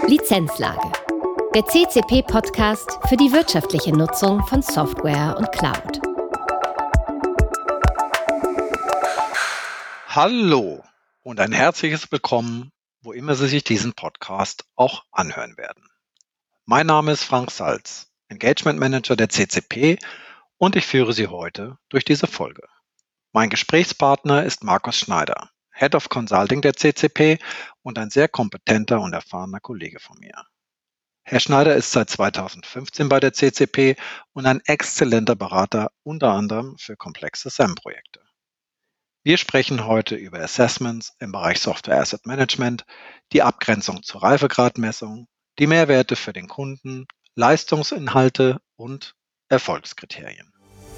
Lizenzlage. Der CCP-Podcast für die wirtschaftliche Nutzung von Software und Cloud. Hallo und ein herzliches Willkommen, wo immer Sie sich diesen Podcast auch anhören werden. Mein Name ist Frank Salz, Engagement Manager der CCP, und ich führe Sie heute durch diese Folge. Mein Gesprächspartner ist Markus Schneider, Head of Consulting der CCP und ein sehr kompetenter und erfahrener Kollege von mir. Herr Schneider ist seit 2015 bei der CCP und ein exzellenter Berater, unter anderem für komplexe SAM-Projekte. Wir sprechen heute über Assessments im Bereich Software Asset Management, die Abgrenzung zur Reifegradmessung, die Mehrwerte für den Kunden, Leistungsinhalte und Erfolgskriterien.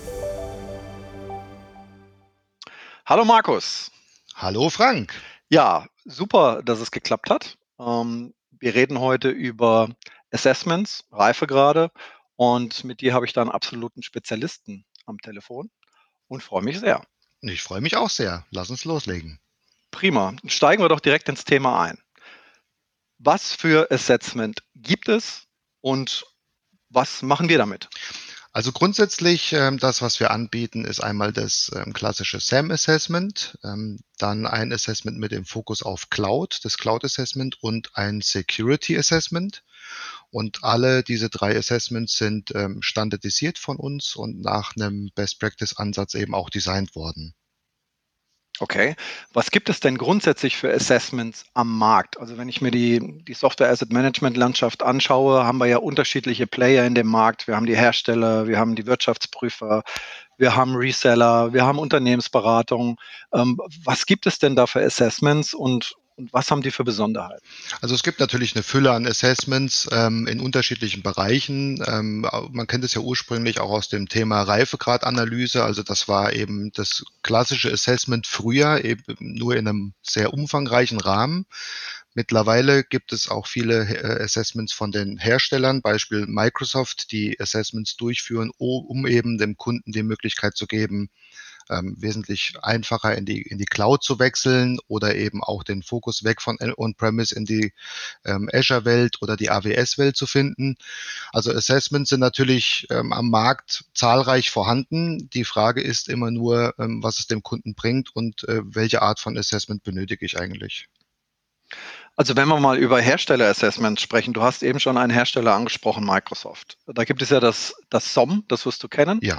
Hallo Markus. Hallo Frank. Ja, super, dass es geklappt hat. Wir reden heute über Assessments, Reifegrade, und mit dir habe ich da einen absoluten Spezialisten am Telefon und freue mich sehr. Ich freue mich auch sehr. Lass uns loslegen. Prima. Steigen wir doch direkt ins Thema ein. Was für Assessment gibt es und was machen wir damit? Also grundsätzlich, das, was wir anbieten, ist einmal das klassische SAM-Assessment, dann ein Assessment mit dem Fokus auf Cloud, das Cloud-Assessment, und ein Security-Assessment. Und alle diese drei Assessments sind standardisiert von uns und nach einem Best-Practice-Ansatz eben auch designt worden. Okay. Was gibt es denn grundsätzlich für Assessments am Markt? Also wenn ich mir die Software Asset Management Landschaft anschaue, haben wir ja unterschiedliche Player in dem Markt. Wir haben die Hersteller, wir haben die Wirtschaftsprüfer, wir haben Reseller, wir haben Unternehmensberatung. Was gibt es denn da für Assessments und was haben die für Besonderheiten? Also es gibt natürlich eine Fülle an Assessments in unterschiedlichen Bereichen. Man kennt es ja ursprünglich auch aus dem Thema Reifegradanalyse. Also das war eben das klassische Assessment früher, eben nur in einem sehr umfangreichen Rahmen. Mittlerweile gibt es auch viele Assessments von den Herstellern, Beispiel Microsoft, die Assessments durchführen, um eben dem Kunden die Möglichkeit zu geben, wesentlich einfacher in die Cloud zu wechseln oder eben auch den Fokus weg von On-Premise in die Azure-Welt oder die AWS-Welt zu finden. Also Assessments sind natürlich am Markt zahlreich vorhanden. Die Frage ist immer nur, was es dem Kunden bringt und welche Art von Assessment benötige ich eigentlich. Also wenn wir mal über Hersteller-Assessments sprechen, du hast eben schon einen Hersteller angesprochen, Microsoft. Da gibt es ja das SOM, das wirst du kennen. Ja.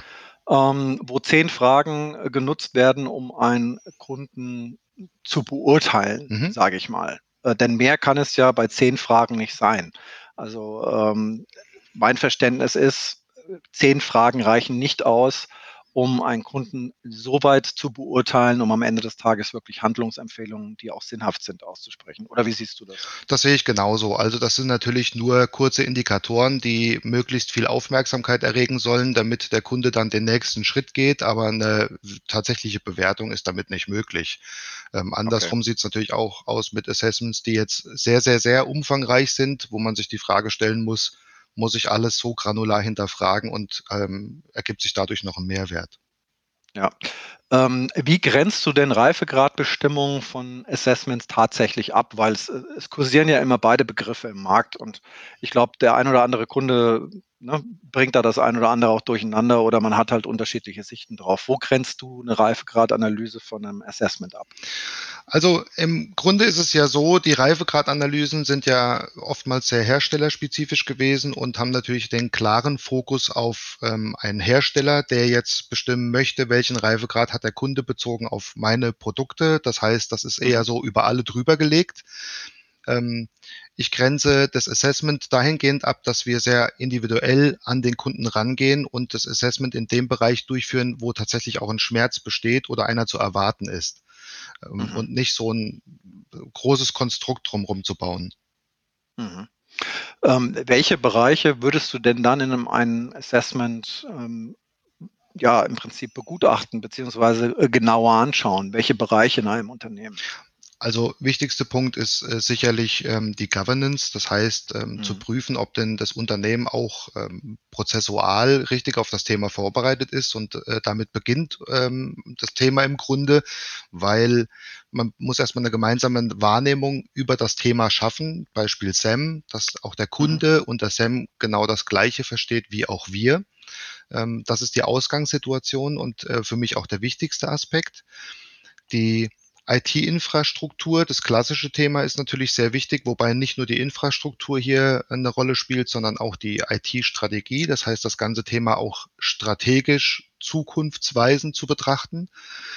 Wo 10 Fragen genutzt werden, um einen Kunden zu beurteilen, Mhm. sage ich mal. Denn mehr kann es ja bei 10 Fragen nicht sein. Also mein Verständnis ist, 10 Fragen reichen nicht aus, um einen Kunden so weit zu beurteilen, um am Ende des Tages wirklich Handlungsempfehlungen, die auch sinnhaft sind, auszusprechen. Oder wie siehst du das? Das sehe ich genauso. Also das sind natürlich nur kurze Indikatoren, die möglichst viel Aufmerksamkeit erregen sollen, damit der Kunde dann den nächsten Schritt geht, aber eine tatsächliche Bewertung ist damit nicht möglich. Andersrum sieht es natürlich auch aus mit Assessments, die jetzt sehr, sehr, sehr umfangreich sind, wo man sich die Frage stellen muss ich alles so granular hinterfragen und ergibt sich dadurch noch ein Mehrwert? Ja. Wie grenzt du denn Reifegradbestimmungen von Assessments tatsächlich ab? Weil es kursieren ja immer beide Begriffe im Markt und ich glaube, der ein oder andere Kunde, ne, bringt da das ein oder andere auch durcheinander oder man hat halt unterschiedliche Sichten drauf. Wo grenzt du eine Reifegradanalyse von einem Assessment ab? Also im Grunde ist es ja so, die Reifegradanalysen sind ja oftmals sehr herstellerspezifisch gewesen und haben natürlich den klaren Fokus auf einen Hersteller, der jetzt bestimmen möchte, welchen Reifegrad hat der Kunde bezogen auf meine Produkte. Das heißt, das ist eher Mhm. so über alle drüber gelegt. Ähm, Ich grenze das Assessment dahingehend ab, dass wir sehr individuell an den Kunden rangehen und das Assessment in dem Bereich durchführen, wo tatsächlich auch ein Schmerz besteht oder einer zu erwarten ist, Mhm. und nicht so ein großes Konstrukt drumherum zu bauen. Mhm. Welche Bereiche würdest du denn dann in einem Assessment ja, im Prinzip begutachten beziehungsweise genauer anschauen? Welche Bereiche in einem Unternehmen? Also wichtigster Punkt ist sicherlich die Governance, das heißt zu Mhm. prüfen, ob denn das Unternehmen auch prozessual richtig auf das Thema vorbereitet ist und damit beginnt das Thema im Grunde, weil man muss erstmal eine gemeinsame Wahrnehmung über das Thema schaffen, Beispiel SAM, dass auch der Kunde unter SAM genau das Gleiche versteht wie auch wir. Das ist die Ausgangssituation und für mich auch der wichtigste Aspekt. Die IT-Infrastruktur, das klassische Thema ist natürlich sehr wichtig, wobei nicht nur die Infrastruktur hier eine Rolle spielt, sondern auch die IT-Strategie. Das heißt, das ganze Thema auch strategisch zukunftsweisend zu betrachten.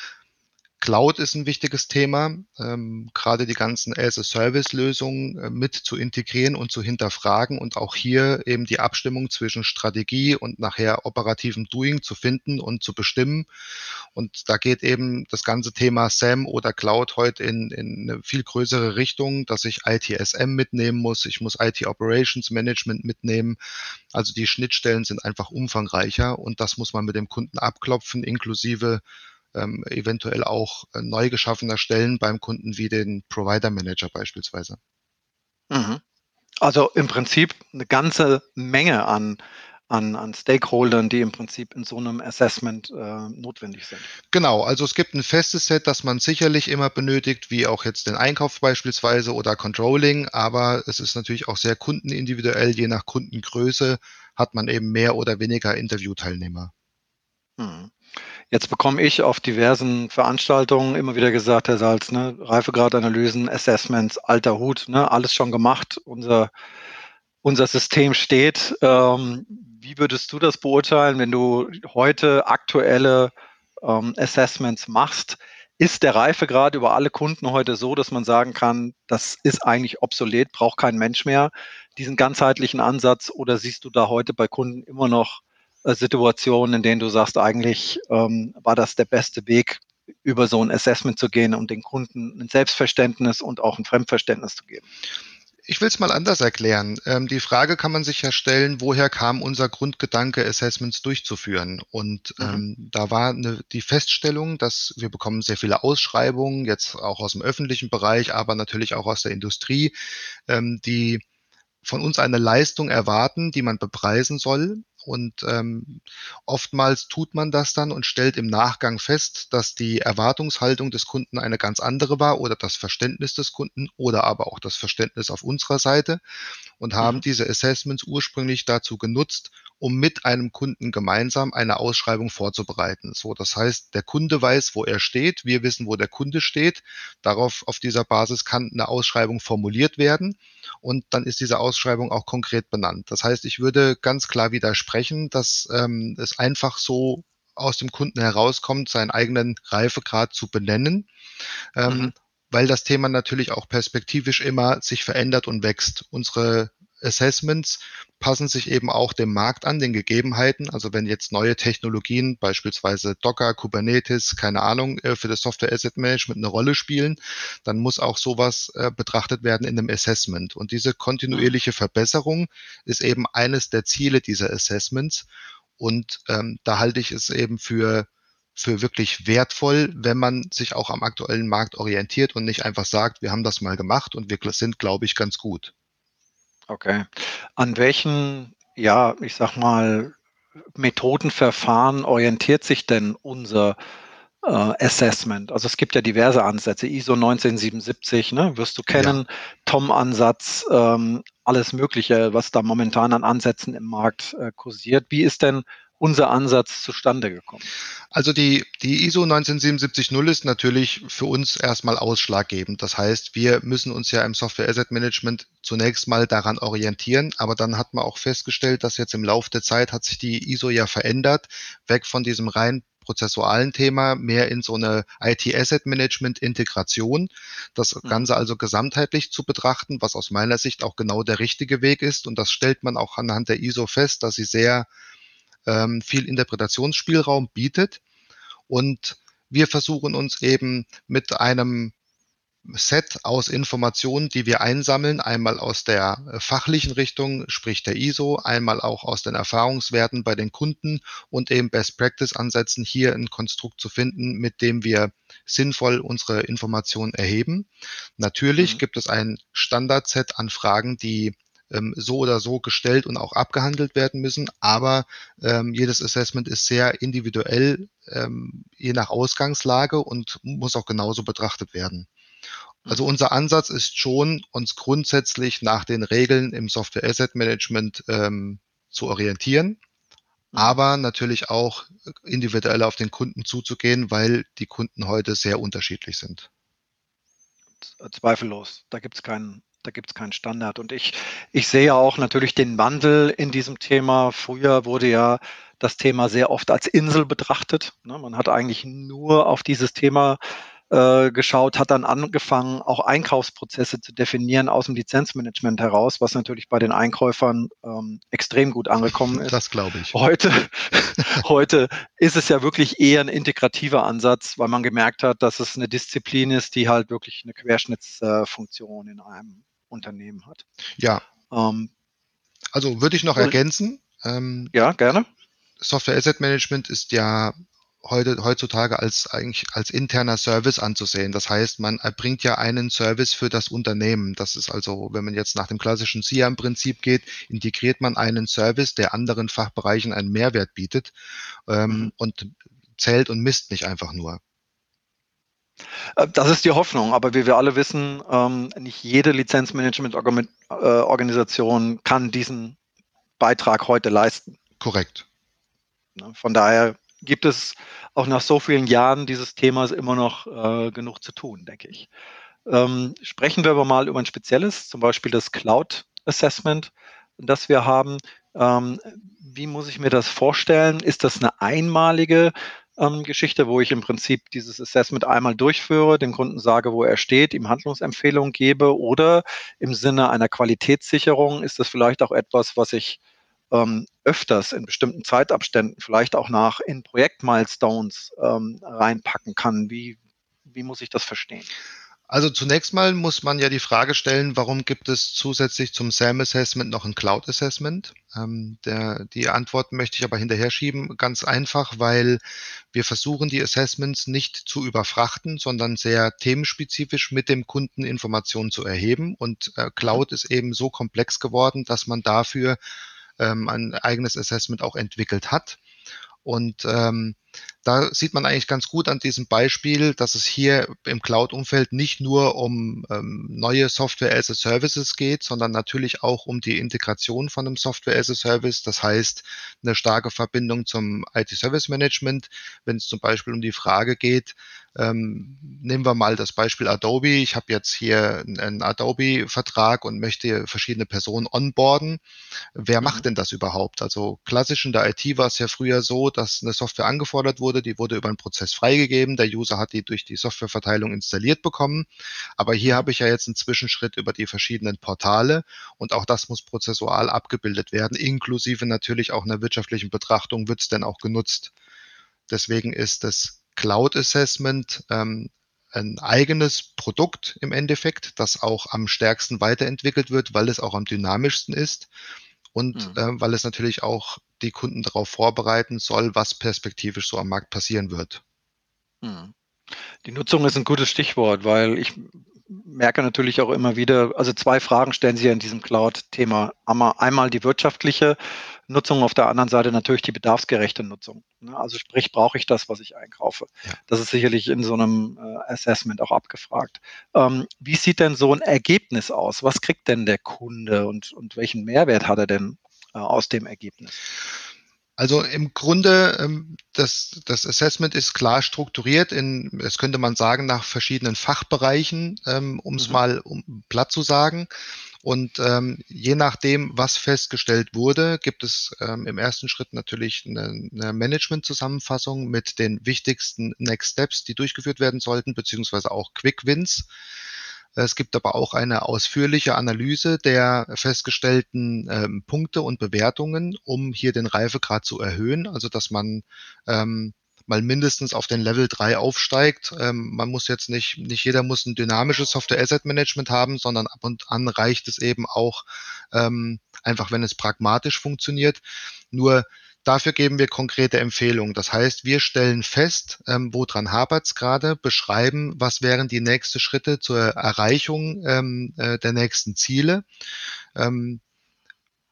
Cloud ist ein wichtiges Thema, gerade die ganzen As-a-Service-Lösungen mit zu integrieren und zu hinterfragen und auch hier eben die Abstimmung zwischen Strategie und nachher operativem Doing zu finden und zu bestimmen. Und da geht eben das ganze Thema SAM oder Cloud heute in eine viel größere Richtung, dass ich ITSM mitnehmen muss, ich muss IT Operations Management mitnehmen. Also die Schnittstellen sind einfach umfangreicher und das muss man mit dem Kunden abklopfen, inklusive eventuell auch neu geschaffener Stellen beim Kunden wie den Provider Manager beispielsweise. Mhm. Also im Prinzip eine ganze Menge an Stakeholdern, die im Prinzip in so einem Assessment notwendig sind. Genau, also es gibt ein festes Set, das man sicherlich immer benötigt, wie auch jetzt den Einkauf beispielsweise oder Controlling, aber es ist natürlich auch sehr kundenindividuell, je nach Kundengröße hat man eben mehr oder weniger Interviewteilnehmer. Mhm. Jetzt bekomme ich auf diversen Veranstaltungen immer wieder gesagt, Herr Salz, ne, Reifegradanalysen, Assessments, alter Hut, ne, alles schon gemacht. Unser System steht. Wie würdest du das beurteilen, wenn du heute aktuelle Assessments machst? Ist der Reifegrad über alle Kunden heute so, dass man sagen kann, das ist eigentlich obsolet, braucht kein Mensch mehr, diesen ganzheitlichen Ansatz? Oder siehst du da heute bei Kunden immer noch Situationen, in denen du sagst, eigentlich war das der beste Weg, über so ein Assessment zu gehen, um den Kunden ein Selbstverständnis und auch ein Fremdverständnis zu geben? Ich will es mal anders erklären. Die Frage kann man sich ja stellen, woher kam unser Grundgedanke, Assessments durchzuführen? Und Mhm. da war die Feststellung, dass wir bekommen sehr viele Ausschreibungen, jetzt auch aus dem öffentlichen Bereich, aber natürlich auch aus der Industrie, die von uns eine Leistung erwarten, die man bepreisen soll. Und oftmals tut man das dann und stellt im Nachgang fest, dass die Erwartungshaltung des Kunden eine ganz andere war oder das Verständnis des Kunden oder aber auch das Verständnis auf unserer Seite und haben Mhm. diese Assessments ursprünglich dazu genutzt, um mit einem Kunden gemeinsam eine Ausschreibung vorzubereiten. So, das heißt, der Kunde weiß, wo er steht, wir wissen, wo der Kunde steht. Auf dieser Basis kann eine Ausschreibung formuliert werden und dann ist diese Ausschreibung auch konkret benannt. Das heißt, ich würde ganz klar widersprechen, dass es einfach so aus dem Kunden herauskommt, seinen eigenen Reifegrad zu benennen, Mhm. ähm, weil das Thema natürlich auch perspektivisch immer sich verändert und wächst. Unsere Assessments passen sich eben auch dem Markt an, den Gegebenheiten. Also wenn jetzt neue Technologien, beispielsweise Docker, Kubernetes, keine Ahnung, für das Software Asset Management eine Rolle spielen, dann muss auch sowas betrachtet werden in einem Assessment. Und diese Mhm. kontinuierliche Verbesserung ist eben eines der Ziele dieser Assessments. Und da halte ich es eben für wirklich wertvoll, wenn man sich auch am aktuellen Markt orientiert und nicht einfach sagt, wir haben das mal gemacht und wir sind, glaube ich, ganz gut. Okay. An welchen, ja, ich sag mal, Methodenverfahren orientiert sich denn unser Assessment? Also es gibt ja diverse Ansätze, ISO 1977, ne, wirst du Ja. kennen, Tom-Ansatz, alles Mögliche, was da momentan an Ansätzen im Markt kursiert. Wie ist denn unser Ansatz zustande gekommen? Also die ISO 19770 ist natürlich für uns erstmal ausschlaggebend. Das heißt, wir müssen uns ja im Software Asset Management zunächst mal daran orientieren, aber dann hat man auch festgestellt, dass jetzt im Laufe der Zeit hat sich die ISO ja verändert, weg von diesem rein prozessualen Thema, mehr in so eine IT-Asset Management Integration, das Mhm. Ganze also gesamtheitlich zu betrachten, was aus meiner Sicht auch genau der richtige Weg ist. Und das stellt man auch anhand der ISO fest, dass sie sehr viel Interpretationsspielraum bietet. Und wir versuchen uns eben mit einem Set aus Informationen, die wir einsammeln, einmal aus der fachlichen Richtung, sprich der ISO, einmal auch aus den Erfahrungswerten bei den Kunden und eben Best Practice Ansätzen, hier ein Konstrukt zu finden, mit dem wir sinnvoll unsere Informationen erheben. Natürlich Mhm. gibt es ein Standardset an Fragen, die so oder so gestellt und auch abgehandelt werden müssen. Aber jedes Assessment ist sehr individuell, je nach Ausgangslage und muss auch genauso betrachtet werden. Also Mhm. unser Ansatz ist schon, uns grundsätzlich nach den Regeln im Software Asset Management zu orientieren, Mhm. aber natürlich auch individuell auf den Kunden zuzugehen, weil die Kunden heute sehr unterschiedlich sind. Zweifellos. Da gibt's keinen Standard. Und ich sehe auch natürlich den Wandel in diesem Thema. Früher wurde ja das Thema sehr oft als Insel betrachtet, ne? Man hat eigentlich nur auf dieses Thema geschaut, hat dann angefangen, auch Einkaufsprozesse zu definieren aus dem Lizenzmanagement heraus, was natürlich bei den Einkäufern extrem gut angekommen ist. Das glaube ich. Heute, heute ist es ja wirklich eher ein integrativer Ansatz, weil man gemerkt hat, dass es eine Disziplin ist, die halt wirklich eine Querschnittsfunktion in einem Unternehmen hat. Ja, Ähm, also würde ich noch und ergänzen. ja, gerne. Software Asset Management ist ja heutzutage eigentlich als interner Service anzusehen. Das heißt, man erbringt ja einen Service für das Unternehmen. Das ist also, wenn man jetzt nach dem klassischen SIAM-Prinzip geht, integriert man einen Service, der anderen Fachbereichen einen Mehrwert bietet, Mhm. und zählt und misst nicht einfach nur. Das ist die Hoffnung, aber wie wir alle wissen, nicht jede Lizenzmanagement-Organisation kann diesen Beitrag heute leisten. Korrekt. Ne? Von daher gibt es auch nach so vielen Jahren dieses Themas immer noch genug zu tun, denke ich. Sprechen wir aber mal über ein spezielles, zum Beispiel das Cloud Assessment, das wir haben. Ähm, Wie muss ich mir das vorstellen? Ist das eine einmalige Geschichte, wo ich im Prinzip dieses Assessment einmal durchführe, dem Kunden sage, wo er steht, ihm Handlungsempfehlungen gebe, oder im Sinne einer Qualitätssicherung ist das vielleicht auch etwas, was ich öfters in bestimmten Zeitabständen, vielleicht auch in Projektmilestones reinpacken kann? Wie muss ich das verstehen? Also zunächst mal muss man ja die Frage stellen, warum gibt es zusätzlich zum SAM Assessment noch ein Cloud Assessment? Die Antwort möchte ich aber hinterher schieben, ganz einfach, weil wir versuchen, die Assessments nicht zu überfrachten, sondern sehr themenspezifisch mit dem Kunden Informationen zu erheben. Und Mhm. Cloud ist eben so komplex geworden, dass man dafür ein eigenes Assessment auch entwickelt hat. Und da sieht man eigentlich ganz gut an diesem Beispiel, dass es hier im Cloud-Umfeld nicht nur um neue Software as a Services geht, sondern natürlich auch um die Integration von einem Software as a Service. Das heißt, eine starke Verbindung zum IT-Service Management, wenn es zum Beispiel um die Frage geht, nehmen wir mal das Beispiel Adobe. Ich habe jetzt hier einen Adobe-Vertrag und möchte verschiedene Personen onboarden. Wer Mhm. macht denn das überhaupt? Also klassisch in der IT war es ja früher so, dass eine Software angefordert wurde, die wurde über einen Prozess freigegeben, der User hat die durch die Softwareverteilung installiert bekommen. Aber hier Mhm. habe ich ja jetzt einen Zwischenschritt über die verschiedenen Portale und auch das muss prozessual abgebildet werden, inklusive natürlich auch einer wirtschaftlichen Betrachtung, wird es denn auch genutzt? Deswegen ist das Cloud Assessment ein eigenes Produkt im Endeffekt, das auch am stärksten weiterentwickelt wird, weil es auch am dynamischsten ist und Mhm. weil es natürlich auch die Kunden darauf vorbereiten soll, was perspektivisch so am Markt passieren wird. Mhm. Die Nutzung ist ein gutes Stichwort, weil ich merke natürlich auch immer wieder, also 2 Fragen stellen sich ja in diesem Cloud-Thema. Einmal die wirtschaftliche Nutzung, auf der anderen Seite natürlich die bedarfsgerechte Nutzung, ne? Also sprich, brauche ich das, was ich einkaufe? Ja. Das ist sicherlich in so einem Assessment auch abgefragt. Wie sieht denn so ein Ergebnis aus? Was kriegt denn der Kunde und welchen Mehrwert hat er denn aus dem Ergebnis? Also im Grunde, das Assessment ist klar strukturiert das könnte man sagen, nach verschiedenen Fachbereichen, um es Mhm. mal platt zu sagen. Und je nachdem, was festgestellt wurde, gibt es im ersten Schritt natürlich eine Management-Zusammenfassung mit den wichtigsten Next Steps, die durchgeführt werden sollten, beziehungsweise auch Quick Wins. Es gibt aber auch eine ausführliche Analyse der festgestellten Punkte und Bewertungen, um hier den Reifegrad zu erhöhen, also dass man mal mindestens auf den Level 3 aufsteigt. Man muss jetzt nicht jeder muss ein dynamisches Software Asset Management haben, sondern ab und an reicht es eben auch einfach, wenn es pragmatisch funktioniert. Nur dafür geben wir konkrete Empfehlungen. Das heißt, wir stellen fest, woran hapert es gerade, beschreiben, was wären die nächsten Schritte zur Erreichung der nächsten Ziele. Ähm,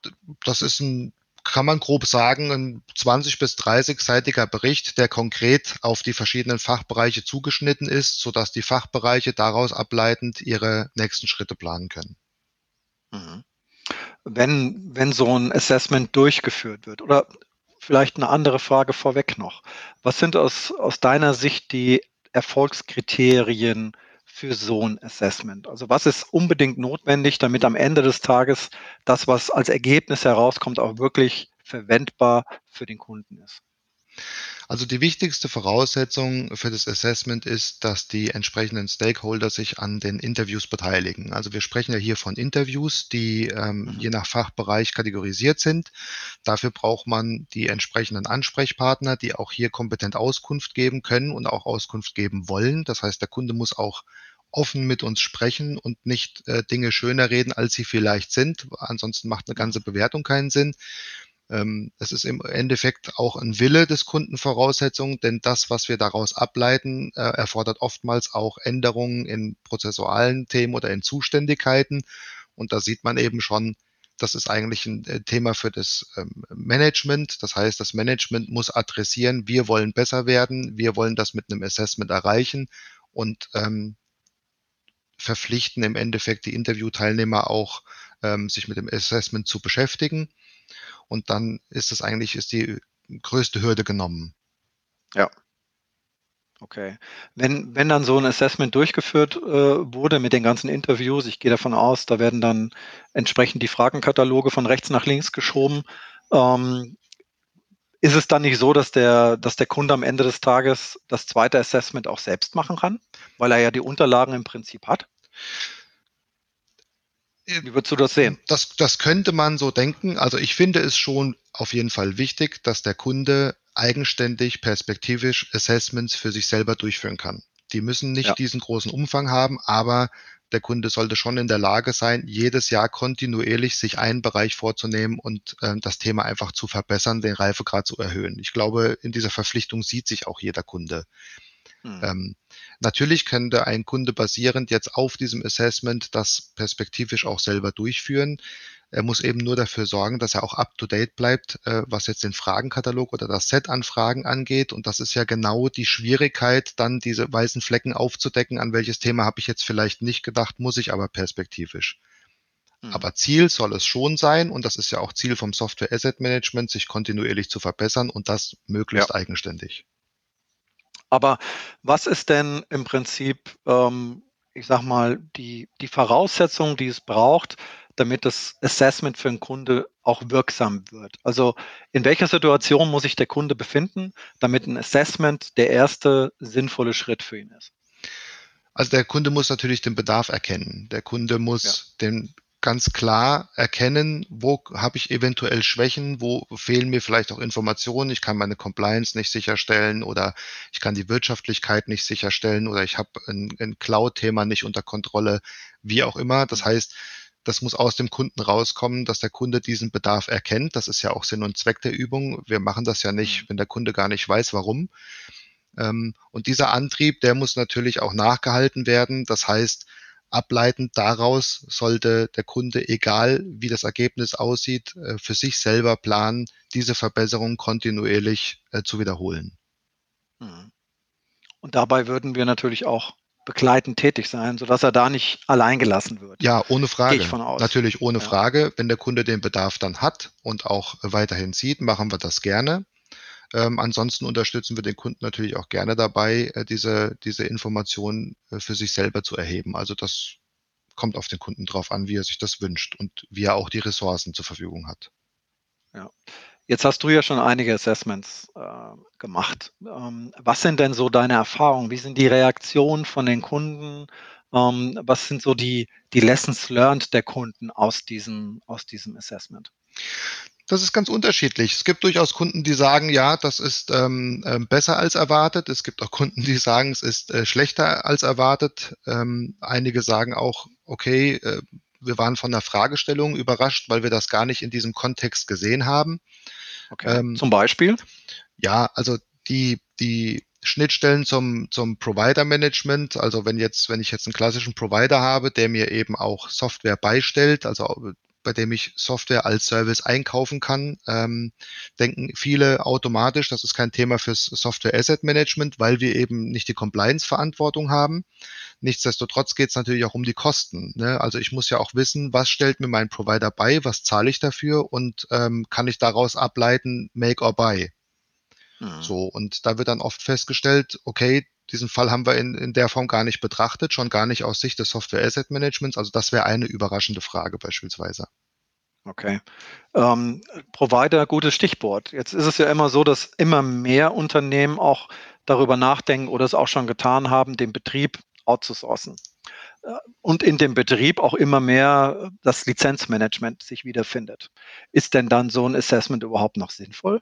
das ist kann man grob sagen, ein 20- bis 30-seitiger Bericht, der konkret auf die verschiedenen Fachbereiche zugeschnitten ist, sodass die Fachbereiche daraus ableitend ihre nächsten Schritte planen können. Mhm. Wenn so ein Assessment durchgeführt wird oder vielleicht eine andere Frage vorweg noch. Was sind aus deiner Sicht die Erfolgskriterien für so ein Assessment? Also, was ist unbedingt notwendig, damit am Ende des Tages das, was als Ergebnis herauskommt, auch wirklich verwendbar für den Kunden ist? Also die wichtigste Voraussetzung für das Assessment ist, dass die entsprechenden Stakeholder sich an den Interviews beteiligen. Also wir sprechen ja hier von Interviews, die Mhm. je nach Fachbereich kategorisiert sind. Dafür braucht man die entsprechenden Ansprechpartner, die auch hier kompetent Auskunft geben können und auch Auskunft geben wollen. Das heißt, der Kunde muss auch offen mit uns sprechen und nicht Dinge schöner reden, als sie vielleicht sind. Ansonsten macht eine Mhm. ganze Bewertung keinen Sinn. Es ist im Endeffekt auch ein Wille des Kunden Voraussetzung, denn das, was wir daraus ableiten, erfordert oftmals auch Änderungen in prozessualen Themen oder in Zuständigkeiten. Und da sieht man eben schon, das ist eigentlich ein Thema für das Management. Das heißt, das Management muss adressieren, wir wollen besser werden, wir wollen das mit einem Assessment erreichen und verpflichten im Endeffekt die Interviewteilnehmer auch, sich mit dem Assessment zu beschäftigen. Und dann ist die größte Hürde genommen. Ja, okay. Wenn dann so ein Assessment durchgeführt, wurde mit den ganzen Interviews, ich gehe davon aus, da werden dann entsprechend die Fragenkataloge von rechts nach links geschoben. Ähm, Ist es dann nicht so, dass der Kunde am Ende des Tages das zweite Assessment auch selbst machen kann, weil er ja die Unterlagen im Prinzip hat? Äh, Wie würdest du das sehen? das könnte man so denken. Also ich finde es schon auf jeden Fall wichtig, dass der Kunde eigenständig perspektivisch Assessments für sich selber durchführen kann. Die müssen Ja. nicht diesen großen Umfang haben, aber der Kunde sollte schon in der Lage sein, jedes Jahr kontinuierlich sich einen Bereich vorzunehmen und das Thema einfach zu verbessern, den Reifegrad zu erhöhen. Ich glaube, in dieser Verpflichtung sieht sich auch jeder Kunde. Mhm. Ähm, Natürlich könnte ein Kunde basierend jetzt auf diesem Assessment das perspektivisch auch selber durchführen. Er muss eben nur dafür sorgen, dass er auch up-to-date bleibt, was jetzt den Fragenkatalog oder das Set an Fragen angeht. Und das ist ja genau die Schwierigkeit, dann diese weißen Flecken aufzudecken. An welches Thema habe ich jetzt vielleicht nicht gedacht, muss ich aber perspektivisch. Mhm. Aber Ziel soll es schon sein, und das ist ja auch Ziel vom Software Asset Management, sich kontinuierlich zu verbessern und das Ja. möglichst eigenständig. Aber was ist denn im Prinzip, ich sage mal, die Voraussetzung, die es braucht, damit das Assessment für 'n Kunde auch wirksam wird? Also, in welcher Situation muss sich der Kunde befinden, damit 'n Assessment der erste sinnvolle Schritt für ihn ist? Also der Kunde muss natürlich den Bedarf erkennen. Der Kunde Ja. muss den ganz klar erkennen, wo habe ich eventuell Schwächen, wo fehlen mir vielleicht auch Informationen. Ich kann meine Compliance nicht sicherstellen oder ich kann die Wirtschaftlichkeit nicht sicherstellen oder ich habe ein Cloud-Thema nicht unter Kontrolle, wie auch immer. Das Mhm. heißt, das muss aus dem Kunden rauskommen, dass der Kunde diesen Bedarf erkennt. Das ist ja auch Sinn und Zweck der Übung. Wir machen das ja nicht, Mhm. wenn der Kunde gar nicht weiß, warum. Und dieser Antrieb, der muss natürlich auch nachgehalten werden. Das heißt, ableitend daraus sollte der Kunde, egal wie das Ergebnis aussieht, für sich selber planen, diese Verbesserung kontinuierlich zu wiederholen. Mhm. Und dabei würden wir natürlich auch begleitend tätig sein, sodass er da nicht allein gelassen wird, Ja, ohne gehe ich Frage. von aus. Natürlich ohne Ja. Frage. Wenn der Kunde den Bedarf dann hat und auch weiterhin sieht, machen wir das gerne. Ansonsten unterstützen wir den Kunden natürlich auch gerne dabei, diese Informationen für sich selber zu erheben. Also das kommt auf den Kunden drauf an, wie er sich das wünscht und wie er auch die Ressourcen zur Verfügung hat. Ja. Jetzt hast du ja schon einige Assessments, gemacht. Was sind denn so deine Erfahrungen? Wie sind die Reaktionen von den Kunden? Was sind so die Lessons learned der Kunden aus diesem Assessment? Das ist ganz unterschiedlich. Es gibt durchaus Kunden, die sagen: „Ja, das ist, besser als erwartet.“ Es gibt auch Kunden, die sagen, es ist, schlechter als erwartet. Einige sagen auch: „Okay, wir waren von der Fragestellung überrascht, weil wir das gar nicht in diesem Kontext gesehen haben.“ Okay. Ähm, Zum Beispiel? ja, also die Schnittstellen zum Provider-Management, also wenn ich jetzt einen klassischen Provider habe, der mir eben auch Software beistellt, also bei dem ich Software als Service einkaufen kann, denken viele automatisch, das ist kein Thema fürs Software Asset Management, weil wir eben nicht die Compliance-Verantwortung haben. Nichtsdestotrotz geht es natürlich auch um die Kosten. Ne? Also ich muss ja auch wissen, was stellt mir mein Provider bei, was zahle ich dafür und kann ich daraus ableiten, make or buy. Mhm. So, und da wird dann oft festgestellt, okay, diesen Fall haben wir in der Form gar nicht betrachtet, schon gar nicht aus Sicht des Software Asset Managements. Also das wäre eine überraschende Frage beispielsweise. Okay. Ähm, Provider, gutes Stichwort. Jetzt ist es ja immer so, dass immer mehr Unternehmen auch darüber nachdenken oder es auch schon getan haben, den Betrieb outzusourcen. Und in dem Betrieb auch immer mehr das Lizenzmanagement sich wiederfindet. Ist denn dann so ein Assessment überhaupt noch sinnvoll?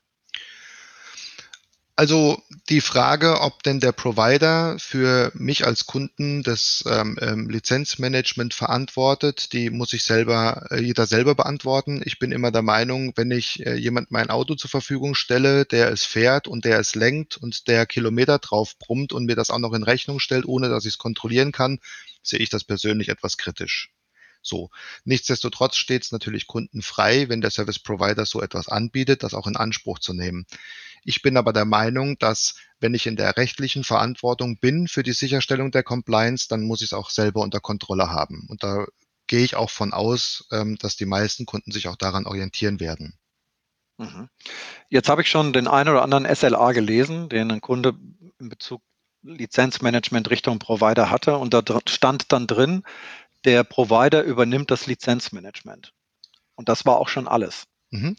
Also die Frage, ob denn der Provider für mich als Kunden das Lizenzmanagement verantwortet, die muss ich jeder selber beantworten. Ich bin immer der Meinung, wenn ich jemand mein Auto zur Verfügung stelle, der es fährt und der es lenkt und der Kilometer drauf brummt und mir das auch noch in Rechnung stellt, ohne dass ich es kontrollieren kann, sehe ich das persönlich etwas kritisch. So. Nichtsdestotrotz steht es natürlich Kunden frei, wenn der Service Provider so etwas anbietet, das auch in Anspruch zu nehmen. Ich bin aber der Meinung, dass wenn ich in der rechtlichen Verantwortung bin für die Sicherstellung der Compliance, dann muss ich es auch selber unter Kontrolle haben. Und da gehe ich auch von aus, dass die meisten Kunden sich auch daran orientieren werden. Mhm. Jetzt habe ich schon den einen oder anderen SLA gelesen, den ein Kunde in Bezug Lizenzmanagement Richtung Provider hatte. Und stand dann drin, der Provider übernimmt das Lizenzmanagement. Und das war auch schon alles. Mhm.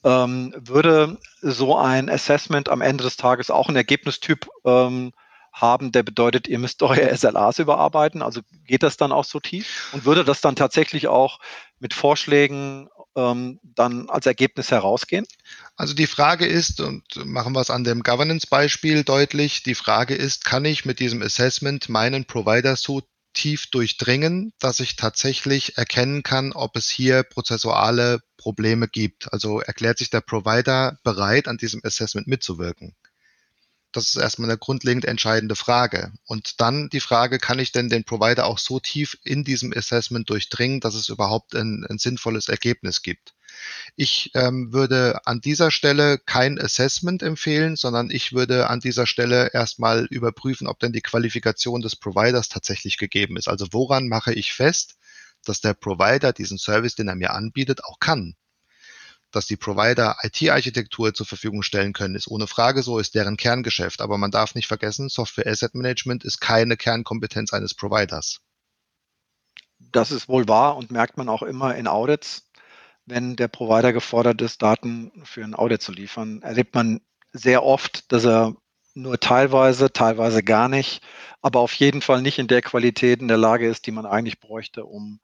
Würde so ein Assessment am Ende des Tages auch einen Ergebnistyp haben, der bedeutet, ihr müsst eure SLAs überarbeiten? Also geht das dann auch so tief? Und würde das dann tatsächlich auch mit Vorschlägen dann als Ergebnis herausgehen? Also die Frage ist, und machen wir es an dem Governance-Beispiel deutlich, die Frage ist, kann ich mit diesem Assessment meinen Provider so tief durchdringen, dass ich tatsächlich erkennen kann, ob es hier prozessuale Probleme gibt? Also erklärt sich der Provider bereit, an diesem Assessment mitzuwirken? Das ist erstmal eine grundlegend entscheidende Frage. Und dann die Frage, kann ich denn den Provider auch so tief in diesem Assessment durchdringen, dass es überhaupt ein sinnvolles Ergebnis gibt? Ich würde an dieser Stelle kein Assessment empfehlen, sondern ich würde an dieser Stelle erstmal überprüfen, ob denn die Qualifikation des Providers tatsächlich gegeben ist. Also woran mache ich fest, dass der Provider diesen Service, den er mir anbietet, auch kann? Dass die Provider IT-Architektur zur Verfügung stellen können, ist ohne Frage so, ist deren Kerngeschäft. Aber man darf nicht vergessen, Software Asset Management ist keine Kernkompetenz eines Providers. Das ist wohl wahr und merkt man auch immer in Audits. Wenn der Provider gefordert ist, Daten für ein Audit zu liefern, erlebt man sehr oft, dass er nur teilweise gar nicht, aber auf jeden Fall nicht in der Qualität in der Lage ist, die man eigentlich bräuchte, um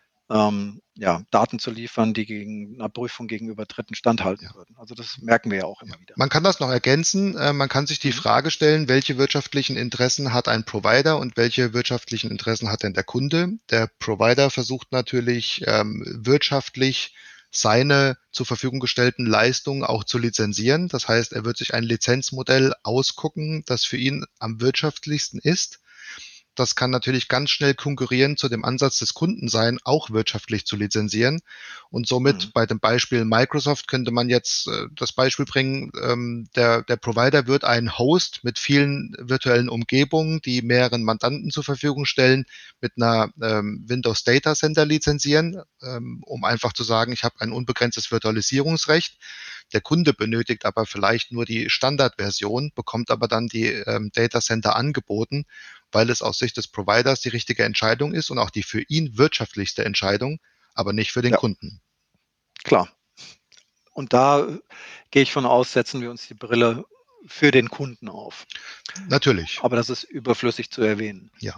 ja, Daten zu liefern, die gegen einer Prüfung gegenüber Dritten standhalten Ja. würden. Also das merken wir ja auch Ja. immer wieder. Man kann das noch ergänzen. Man kann sich die Mhm. Frage stellen, welche wirtschaftlichen Interessen hat ein Provider und welche wirtschaftlichen Interessen hat denn der Kunde? Der Provider versucht natürlich wirtschaftlich seine zur Verfügung gestellten Leistungen auch zu lizenzieren. Das heißt, er wird sich ein Lizenzmodell ausgucken, das für ihn am wirtschaftlichsten ist. Das kann natürlich ganz schnell konkurrieren zu dem Ansatz des Kunden sein, auch wirtschaftlich zu lizenzieren. Und somit Mhm. bei dem Beispiel Microsoft könnte man jetzt das Beispiel bringen, der Provider wird einen Host mit vielen virtuellen Umgebungen, die mehreren Mandanten zur Verfügung stellen, mit einer Windows Data Center lizenzieren, um einfach zu sagen, ich habe ein unbegrenztes Virtualisierungsrecht. Der Kunde benötigt aber vielleicht nur die Standardversion, bekommt aber dann die Data Center angeboten, weil es aus Sicht des Providers die richtige Entscheidung ist und auch die für ihn wirtschaftlichste Entscheidung, aber nicht für den Ja, Kunden. klar. Und da gehe ich von aus, setzen wir uns die Brille für den Kunden auf. Natürlich, Aber das ist überflüssig zu erwähnen. ja.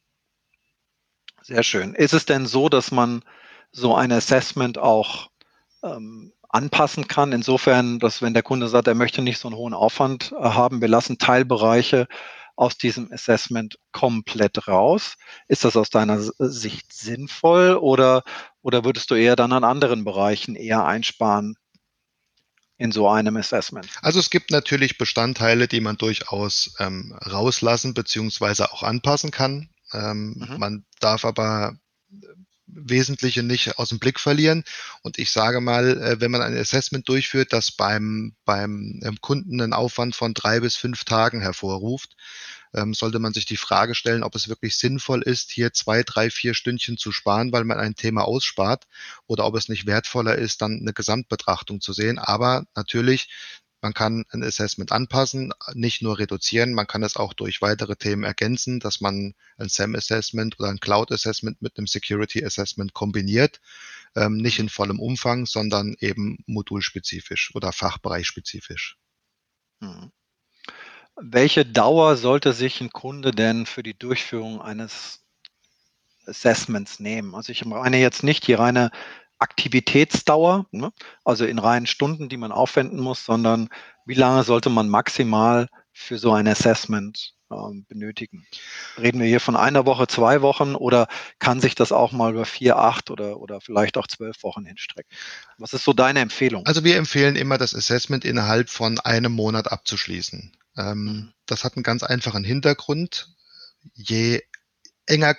Sehr schön. Ist es denn so, dass man so ein Assessment auch anpassen kann? Insofern, dass wenn der Kunde sagt, er möchte nicht so einen hohen Aufwand haben, wir lassen Teilbereiche aus diesem Assessment komplett raus. Ist das aus deiner Sicht sinnvoll oder würdest du eher dann an anderen Bereichen eher einsparen in so einem Assessment? Also es gibt natürlich Bestandteile, die man durchaus rauslassen beziehungsweise auch anpassen kann. Mhm. Man darf aber Wesentliche nicht aus dem Blick verlieren. Und ich sage mal, wenn man ein Assessment durchführt, das beim Kunden einen Aufwand von 3 bis 5 Tagen hervorruft, sollte man sich die Frage stellen, ob es wirklich sinnvoll ist, hier 2, 3, 4 Stündchen zu sparen, weil man ein Thema ausspart, oder ob es nicht wertvoller ist, dann eine Gesamtbetrachtung zu sehen. Aber natürlich, man kann ein Assessment anpassen, nicht nur reduzieren, man kann es auch durch weitere Themen ergänzen, dass man ein SAM-Assessment oder ein Cloud-Assessment mit einem Security-Assessment kombiniert, nicht in vollem Umfang, sondern eben modulspezifisch oder fachbereichspezifisch. Mhm. Welche Dauer sollte sich ein Kunde denn für die Durchführung eines Assessments nehmen? Also ich meine jetzt nicht die reine Aktivitätsdauer, ne? Also in reinen Stunden, die man aufwenden muss, sondern wie lange sollte man maximal für so ein Assessment benötigen? Reden wir hier von einer Woche, 2 Wochen oder kann sich das auch mal über 4, 8 oder vielleicht auch 12 Wochen hinstrecken? Was ist so deine Empfehlung? Also wir empfehlen immer, das Assessment innerhalb von einem Monat abzuschließen. Mhm. Das hat einen ganz einfachen Hintergrund. Je enger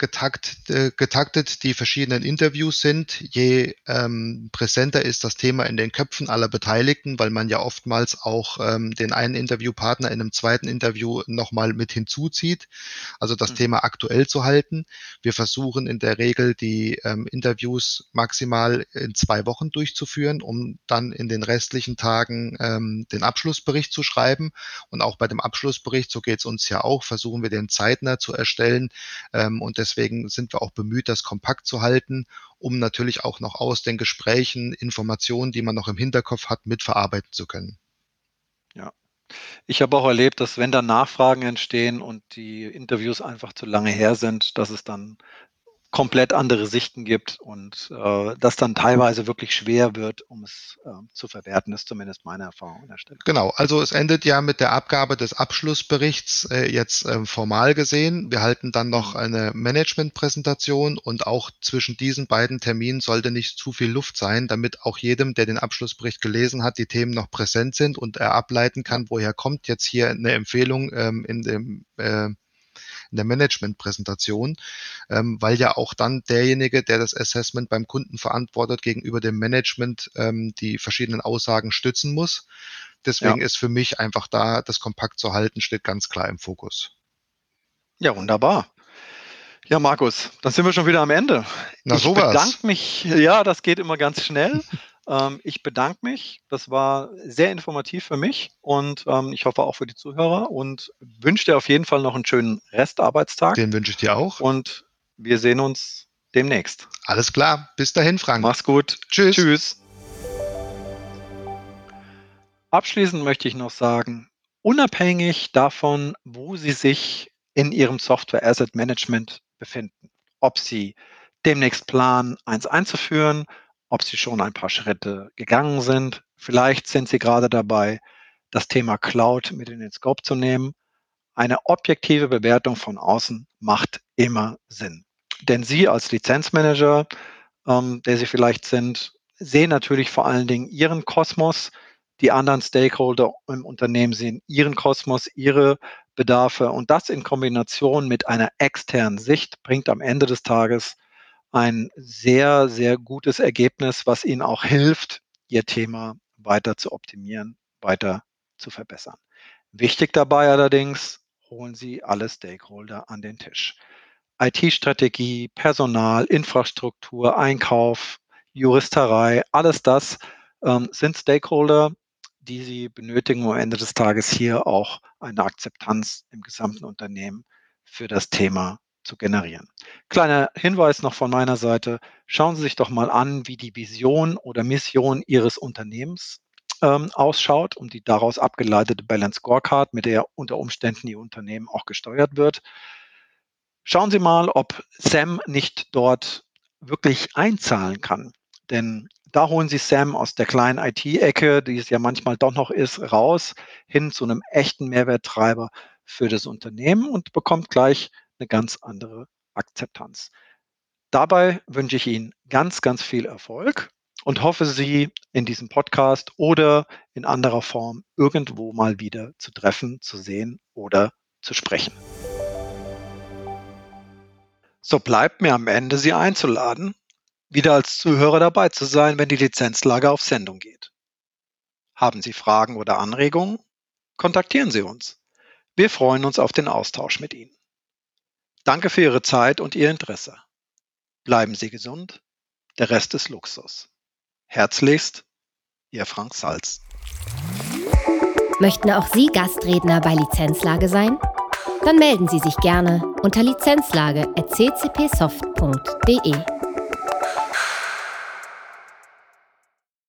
getaktet die verschiedenen Interviews sind, je präsenter ist das Thema in den Köpfen aller Beteiligten, weil man ja oftmals auch den einen Interviewpartner in einem zweiten Interview nochmal mit hinzuzieht, also das Mhm. Thema aktuell zu halten. Wir versuchen in der Regel die Interviews maximal in 2 Wochen durchzuführen, um dann in den restlichen Tagen den Abschlussbericht zu schreiben. Und auch bei dem Abschlussbericht, so geht es uns ja auch, versuchen wir den zeitnah zu erstellen, und deswegen sind wir auch bemüht, das kompakt zu halten, um natürlich auch noch aus den Gesprächen Informationen, die man noch im Hinterkopf hat, mitverarbeiten zu können. Ja. Ich habe auch erlebt, dass wenn dann Nachfragen entstehen und die Interviews einfach zu lange her sind, dass es dann komplett andere Sichten gibt und das dann teilweise wirklich schwer wird, um es zu verwerten. Das ist zumindest meine Erfahrung an der Stelle. Genau, also es endet ja mit der Abgabe des Abschlussberichts jetzt formal gesehen. Wir halten dann noch Mhm. eine Managementpräsentation und auch zwischen diesen beiden Terminen sollte nicht zu viel Luft sein, damit auch jedem, der den Abschlussbericht gelesen hat, die Themen noch präsent sind und er ableiten Ja, kann, woher kommt jetzt hier eine Empfehlung in der Managementpräsentation, weil ja auch dann derjenige, der das Assessment beim Kunden verantwortet, gegenüber dem Management die verschiedenen Aussagen stützen muss. ja, Deswegen ist für mich einfach da, das kompakt zu halten, steht ganz klar im Fokus. ja, wunderbar. Ja, Markus, dann sind wir schon wieder am Ende. Na Ich sowas. bedanke mich. Ja, das geht immer ganz schnell. Ich bedanke mich. Das war sehr informativ für mich und ich hoffe auch für die Zuhörer und wünsche dir auf jeden Fall noch einen schönen Restarbeitstag Den wünsche ich dir auch. und wir sehen uns demnächst. Alles klar. Bis dahin, Frank. Mach's gut. Tschüss. Tschüss. Abschließend möchte ich noch sagen, unabhängig davon, wo Sie sich in Ihrem Software Asset Management befinden, ob Sie demnächst planen, eins einzuführen, ob Sie schon ein paar Schritte gegangen sind, vielleicht sind Sie gerade dabei, das Thema Cloud mit in den Scope zu nehmen. Eine objektive Bewertung von außen macht immer Sinn. Denn Sie als Lizenzmanager, der Sie vielleicht sind, sehen natürlich vor allen Dingen Ihren Kosmos. Die anderen Stakeholder im Unternehmen sehen Ihren Kosmos, Ihre Bedarfe. Und das in Kombination mit einer externen Sicht bringt am Ende des Tages ein sehr, sehr gutes Ergebnis, was Ihnen auch hilft, Ihr Thema weiter zu optimieren, weiter zu verbessern. Wichtig dabei allerdings, holen Sie alle Stakeholder an den Tisch. IT-Strategie, Personal, Infrastruktur, Einkauf, Juristerei, alles das sind Stakeholder, die Sie benötigen, um am Ende des Tages hier auch eine Akzeptanz im gesamten Unternehmen für das Thema zu generieren. Kleiner Hinweis noch von meiner Seite. Schauen Sie sich doch mal an, wie die Vision oder Mission Ihres Unternehmens ausschaut und die daraus abgeleitete Balance Scorecard, mit der unter Umständen Ihr Unternehmen auch gesteuert wird. Schauen Sie mal, ob Sam nicht dort wirklich einzahlen kann. Denn da holen Sie Sam aus der kleinen IT-Ecke, die es ja manchmal doch noch ist, raus, hin zu einem echten Mehrwerttreiber für das Unternehmen und bekommt gleich eine ganz andere Akzeptanz. Dabei wünsche ich Ihnen ganz, ganz viel Erfolg und hoffe, Sie in diesem Podcast oder in anderer Form irgendwo mal wieder zu treffen, zu sehen oder zu sprechen. So bleibt mir am Ende, Sie einzuladen, wieder als Zuhörer dabei zu sein, wenn die Lizenzlage auf Sendung geht. Haben Sie Fragen oder Anregungen? Kontaktieren Sie uns. Wir freuen uns auf den Austausch mit Ihnen. Danke für Ihre Zeit und Ihr Interesse. Bleiben Sie gesund. Der Rest ist Luxus. Herzlichst, Ihr Frank Salz. Möchten auch Sie Gastredner bei Lizenzlage sein? Dann melden Sie sich gerne unter lizenzlage@ccpsoft.de.